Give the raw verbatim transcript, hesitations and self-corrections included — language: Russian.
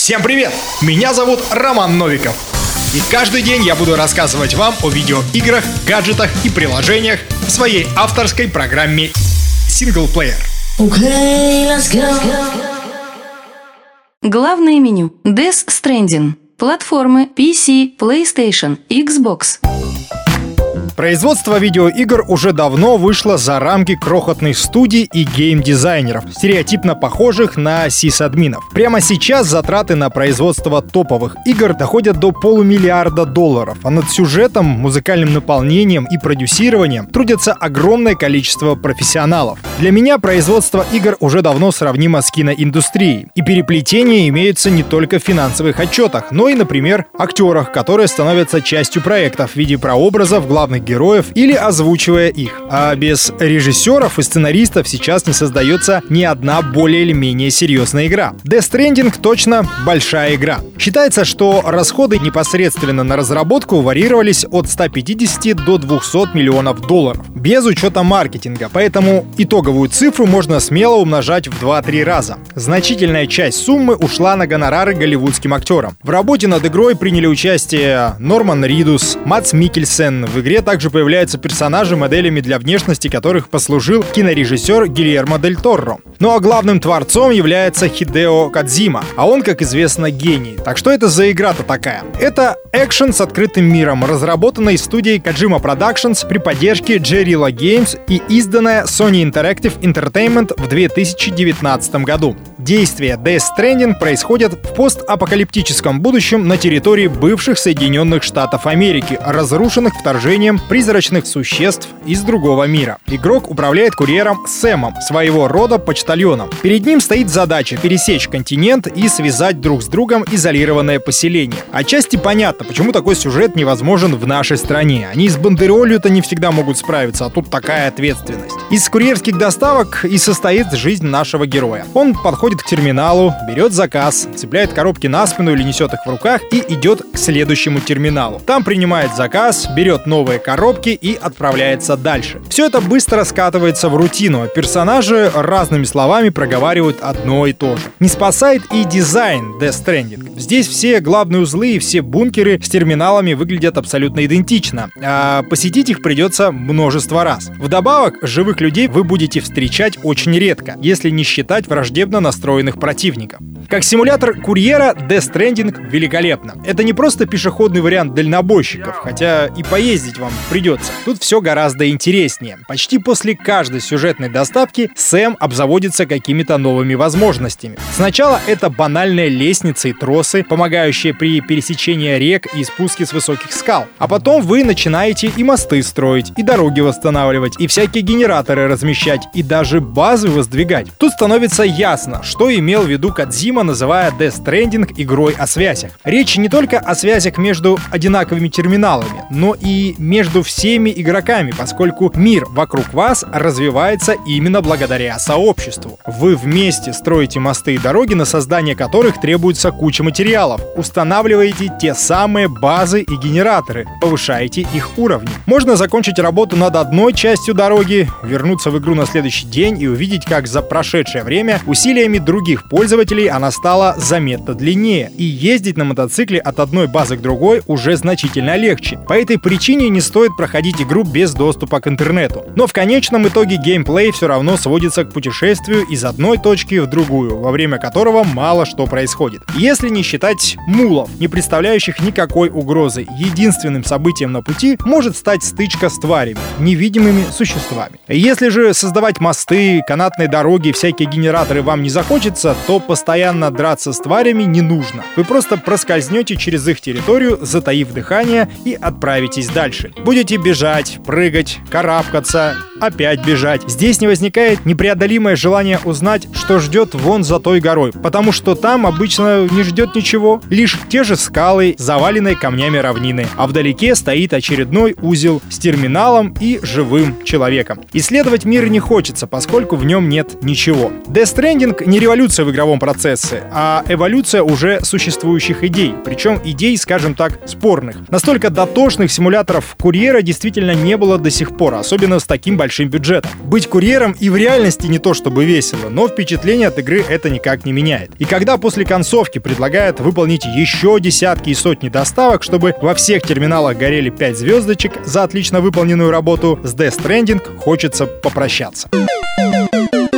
Всем привет! Меня зовут Роман Новиков. И каждый день я буду рассказывать вам о видеоиграх, гаджетах и приложениях в своей авторской программе «Синглплеер». Okay, let's go. Главное меню. Death Stranding. Платформы пи си, PlayStation, Xbox. Производство видеоигр уже давно вышло за рамки крохотных студий и геймдизайнеров, стереотипно похожих на сисадминов. Прямо сейчас затраты на производство топовых игр доходят до полумиллиарда долларов, а над сюжетом, музыкальным наполнением и продюсированием трудятся огромное количество профессионалов. Для меня производство игр уже давно сравнимо с киноиндустрией, и переплетения имеются не только в финансовых отчетах, но и, например, актерах, которые становятся частью проектов в виде прообразов главных героев или озвучивая их. А без режиссеров и сценаристов сейчас не создается ни одна более или менее серьезная игра. Death Stranding точно большая игра. Считается, что расходы непосредственно на разработку варьировались от ста пятидесяти до двухсот миллионов долларов, без учета маркетинга, поэтому итоговую цифру можно смело умножать в два-три раза. Значительная часть суммы ушла на гонорары голливудским актерам. В работе над игрой приняли участие Норман Ридус, Мадс Миккельсен. В игре также появляются персонажи, моделями для внешности которых послужил кинорежиссер Гильермо дель Торо. Ну а главным творцом является Хидео Кодзима, а он, как известно, гений. Так что это за игра-то такая? Это экшен с открытым миром, разработанный студией Kojima Productions при поддержке Guerrilla Games и изданная Sony Interactive Entertainment в две тысячи девятнадцатом году. Действие Death Stranding происходит в постапокалиптическом будущем на территории бывших Соединенных Штатов Америки, разрушенных вторжением призрачных существ из другого мира. Игрок управляет курьером Сэмом, своего рода почтальоном. Перед ним стоит задача пересечь континент и связать друг с другом изолированное поселение. Отчасти понятно, почему такой сюжет невозможен в нашей стране. Они с бандеролью-то не всегда могут справиться, а тут такая ответственность. Из курьерских доставок и состоит жизнь нашего героя. Он подходит к терминалу, берет заказ, цепляет коробки на спину или несет их в руках и идет к следующему терминалу. Там принимает заказ, берет новые коробки и отправляется дальше. Все это быстро скатывается в рутину, а персонажи разными словами проговаривают одно и то же. Не спасает и дизайн Death Stranding. Здесь все главные узлы и все бункеры с терминалами выглядят абсолютно идентично, а посетить их придется множество раз. Вдобавок, живых людей вы будете встречать очень редко, если не считать враждебно настроенных противников. Как симулятор курьера, Death Stranding великолепно. Это не просто пешеходный вариант дальнобойщиков, хотя и поездить вам придется. Тут все гораздо интереснее. Почти после каждой сюжетной доставки Сэм обзаводится какими-то новыми возможностями. Сначала это банальные лестницы и тросы, помогающие при пересечении рек и спуске с высоких скал. А потом вы начинаете и мосты строить, и дороги восстанавливать, и всякие генераторы размещать, и даже базы воздвигать. Тут становится ясно, что имел в виду Кодзима, называя Death Stranding игрой о связях. Речь не только о связях между одинаковыми терминалами, но и между всеми игроками, поскольку мир вокруг вас развивается именно благодаря сообществу. Вы вместе строите мосты и дороги, на создание которых требуется куча материалов, устанавливаете те самые базы и генераторы, повышаете их уровни. Можно закончить работу над одной частью дороги, вернуться в игру на следующий день и увидеть, как за прошедшее время усилиями других пользователей она стала заметно длиннее, и ездить на мотоцикле от одной базы к другой уже значительно легче. По этой причине не стоит проходить игру без доступа к интернету. Но в конечном итоге геймплей все равно сводится к путешествию из одной точки в другую, во время которого мало что происходит. Если не считать мулов, не представляющих никакой угрозы, единственным событием на пути может стать стычка с тварями, невидимыми существами. Если же создавать мосты, канатные дороги и всякие генераторы вам не захочется, то постоянно драться с тварями не нужно. Вы просто проскользнете через их территорию, затаив дыхание, и отправитесь дальше. Будете бежать, прыгать, карабкаться, опять бежать. Здесь не возникает непреодолимое желание узнать, что ждет вон за той горой, потому что там обычно не ждет ничего, лишь те же скалы, заваленные камнями равнины, а вдалеке стоит очередной узел с терминалом и живым человеком. Исследовать мир не хочется, поскольку в нем нет ничего. Death Stranding не революция в игровом процессе, а эволюция уже существующих идей, причем идей, скажем так, спорных. Настолько дотошных симуляторов курьера действительно не было до сих пор, особенно с таким большим большим бюджетом. Быть курьером и в реальности не то чтобы весело, но впечатление от игры это никак не меняет. И когда после концовки предлагают выполнить еще десятки и сотни доставок, чтобы во всех терминалах горели пять звездочек за отлично выполненную работу, с Death Stranding хочется попрощаться.